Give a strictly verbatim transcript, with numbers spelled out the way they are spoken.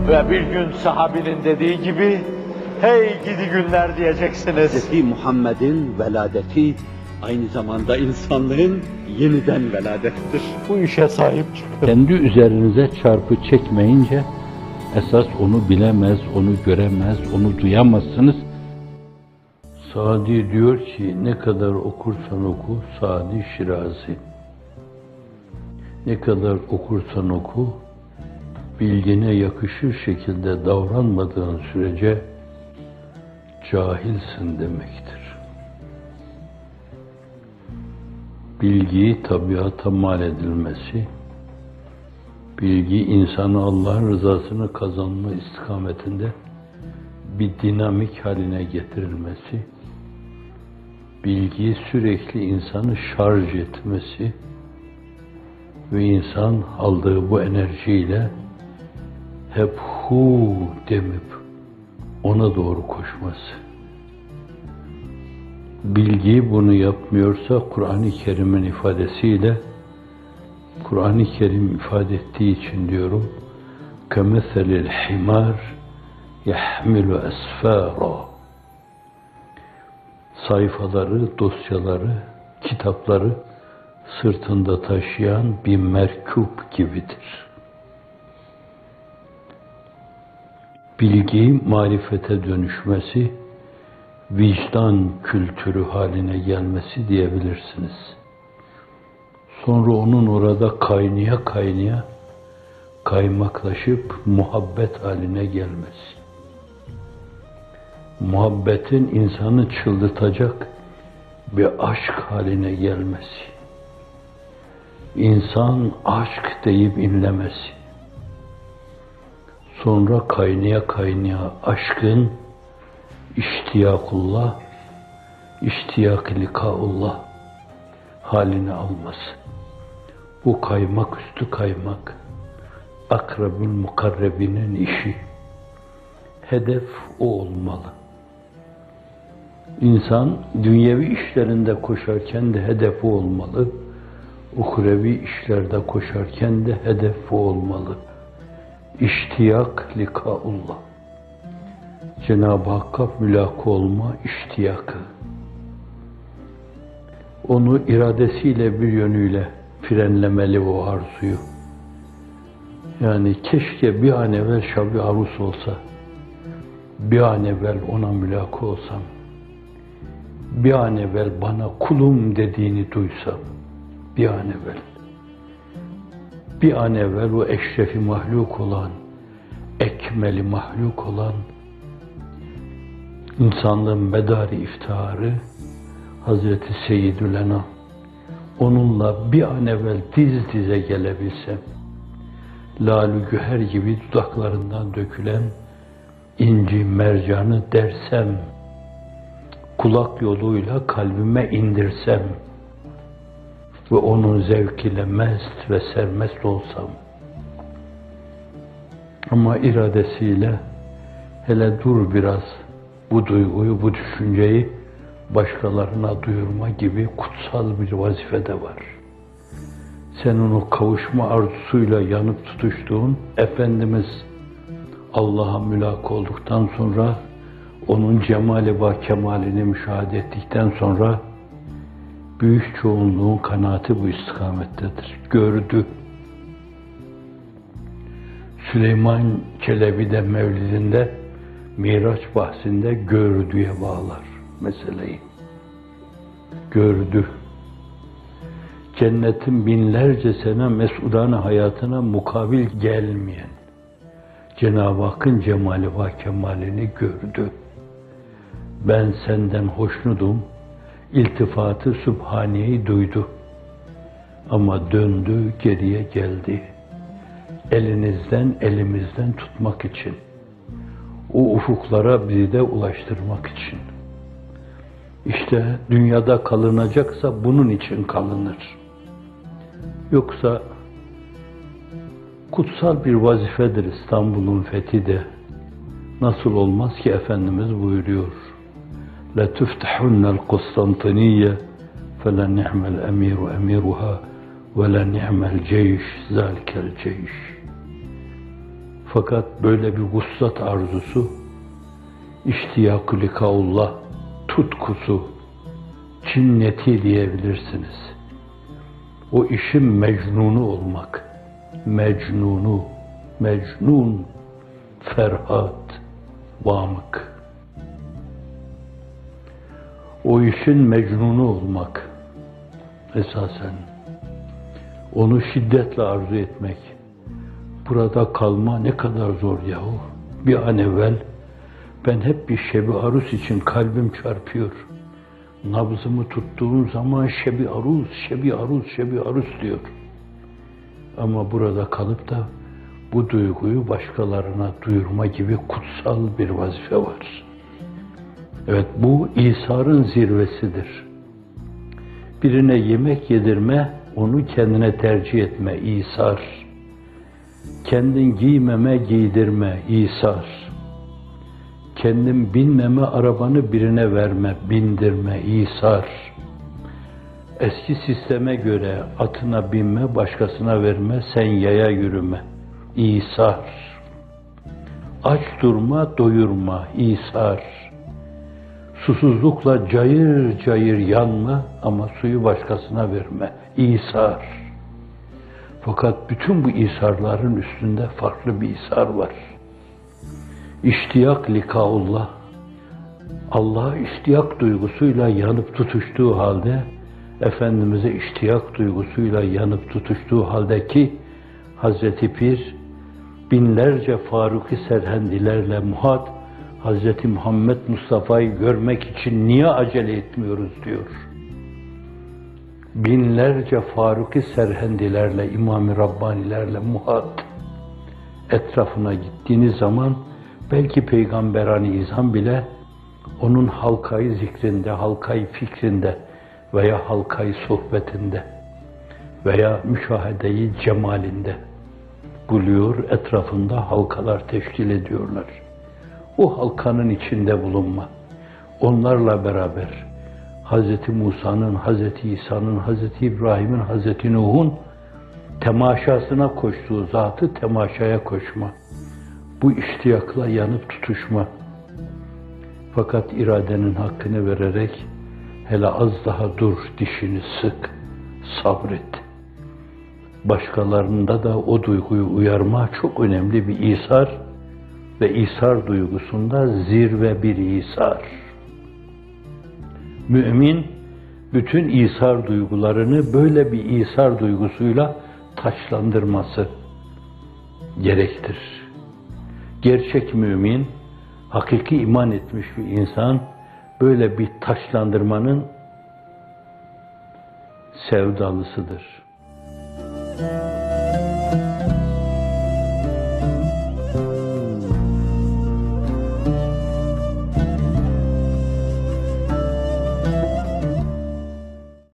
Ve bir gün sahabinin dediği gibi, hey gidi günler diyeceksiniz. Hazreti Muhammed'in veladeti aynı zamanda insanlığın yeniden veladettir. Bu işe sahip çıkın. Kendi üzerinize çarpı çekmeyince, esas onu bilemez, onu göremez, onu duyamazsınız. Sadi diyor ki, ne kadar okursan oku, Sadi Şirazi. Ne kadar okursan oku, bilgine yakışır şekilde davranmadığın sürece cahilsin demektir. Bilgiyi tabiata mal edilmesi, bilgi insanı Allah'ın rızasını kazanma istikametinde bir dinamik haline getirilmesi, bilgiyi sürekli insanı şarj etmesi ve insan aldığı bu enerjiyle hep hu demip ona doğru koşması. Bilgi bunu yapmıyorsa Kur'an-ı Kerim'in ifadesiyle, Kur'an-ı Kerim ifade ettiği için diyorum, كَمَثَلِ الْحِمَارِ يَحْمِلُ أَسْفَارًا. Sayfaları, dosyaları, kitapları sırtında taşıyan bir merkup gibidir. Bilgi, marifete dönüşmesi, vicdan kültürü haline gelmesi diyebilirsiniz. Sonra onun orada kaynaya kaynaya, kaymaklaşıp muhabbet haline gelmesi. Muhabbetin insanı çıldırtacak bir aşk haline gelmesi. İnsan aşk deyip inlemesi. Sonra kaynaya kaynaya aşkın iştiyakullah, iştiyak likaullah haline alması. Bu kaymak üstü kaymak, akrabül mukarrebinin işi. Hedef o olmalı. İnsan dünyevi işlerinde koşarken de hedefi olmalı. Uhrevi işlerde koşarken de hedefi olmalı. İştiyak likaullah. Cenab-ı Hakk'a mülaka olma iştiyakı. Onu iradesiyle bir yönüyle frenlemeli o arzuyu. Yani keşke bir an evvel Şab-ı Arus olsa, bir an evvel ona mülaka olsam, bir an evvel bana kulum dediğini duysam, bir an evvel, bir an evvel o eşrefi mahluk olan, ekmeli mahluk olan, insanlığın medarı iftiharı Hazreti Seyyidül Enam, onunla bir an evvel diz dize gelebilsem, lal-ü güher gibi dudaklarından dökülen inci mercanı dersem, kulak yoluyla kalbime indirsem ve onun zevkiyle mest ve sermest olsam, ama iradesiyle hele dur biraz, bu duyguyu, bu düşünceyi başkalarına duyurma gibi kutsal bir vazife de var. Senin o kavuşma arzusuyla yanıp tutuştuğun Efendimiz Allah'a mülak olduktan sonra, onun cemali ve kemalini müşahede ettikten sonra büyük çoğunluğun kanaati bu istikamettedir. Gördü. Süleyman Çelebi de Mevlidinde Miraç bahsinde gördüye bağlar meseleyi. Gördü. Cennetin binlerce sene mesudane hayatına mukabil gelmeyen Cenab-ı Hakk'ın cemali ve kemalini gördü. Ben senden hoşnutum, iltifatı Sübhaniye'yi duydu. Ama döndü, geriye geldi. Elinizden, elimizden tutmak için. O ufuklara bizi de ulaştırmak için. İşte dünyada kalınacaksa bunun için kalınır. Yoksa kutsal bir vazifedir İstanbul'un fethi de. Nasıl olmaz ki Efendimiz buyuruyor. لَتُفْتَحُنَّ الْقُسْطَنْطِنِيَّ فَلَنِعْمَ الْاَمِيرُ اَمِيرُهَا وَلَنِعْمَ الْجَيْشِ ذَلِكَ الْجَيْشِ. Fakat böyle bir vuslat arzusu, iştiyak-ı likaullah tutkusu, cinneti diyebilirsiniz. O işin mecnunu olmak, mecnunu, mecnun, Ferhat, Vamık. O işin mecnunu olmak, esasen, onu şiddetle arzu etmek, burada kalma ne kadar zor yahu. Bir an evvel ben hep bir şebi arus için kalbim çarpıyor. Nabzımı tuttuğum zaman şebi arus, şebi arus, şebi arus diyor. Ama burada kalıp da bu duyguyu başkalarına duyurma gibi kutsal bir vazife var. Evet, bu İsa'nın zirvesidir. Birine yemek yedirme, onu kendine tercih etme, İsa'r. Kendin giymeme, giydirme, İsa'r. Kendin binmeme, arabanı birine verme, bindirme, İsa'r. Eski sisteme göre atına binme, başkasına verme, sen yaya yürüme, İsa'r. Aç durma, doyurma, İsa'r. Susuzlukla cayır cayır yanma ama suyu başkasına verme, İsa'r. Fakat bütün bu İsa'rların üstünde farklı bir İsa'r var. İştiyak likaullah, Allah'a iştiyak duygusuyla yanıp tutuştuğu halde, Efendimiz'e iştiyak duygusuyla yanıp tutuştuğu haldeki Hazreti Pir, binlerce Faruk-i Serhendilerle muhat, Hazreti Muhammed Mustafa'yı görmek için niye acele etmiyoruz diyor. Binlerce Faruk-i Serhendilerle, İmam-ı Rabbanilerle muhat, etrafına gittiğiniz zaman belki Peygamberani İzam bile onun halkayı zikrinde, halkayı fikrinde veya halkayı sohbetinde veya müşahedeyi cemalinde buluyor, etrafında halkalar teşkil ediyorlar. O halkanın içinde bulunma. Onlarla beraber Hazreti Musa'nın, Hazreti İsa'nın, Hazreti İbrahim'in, Hazreti Nuh'un temaşasına koştuğu zatı temaşaya koşma. Bu iştiyakla yanıp tutuşma. Fakat iradenin hakkını vererek hele az daha dur, dişini sık, sabret. Başkalarında da o duyguyu uyarma çok önemli bir İsa'r ve İsa'r duygusunda zirve bir İsa'r. Mümin bütün İsa'r duygularını böyle bir İsa'r duygusuyla taçlandırması gerektir. Gerçek mümin, hakiki iman etmiş bir insan böyle bir taçlandırmanın sevdalısıdır.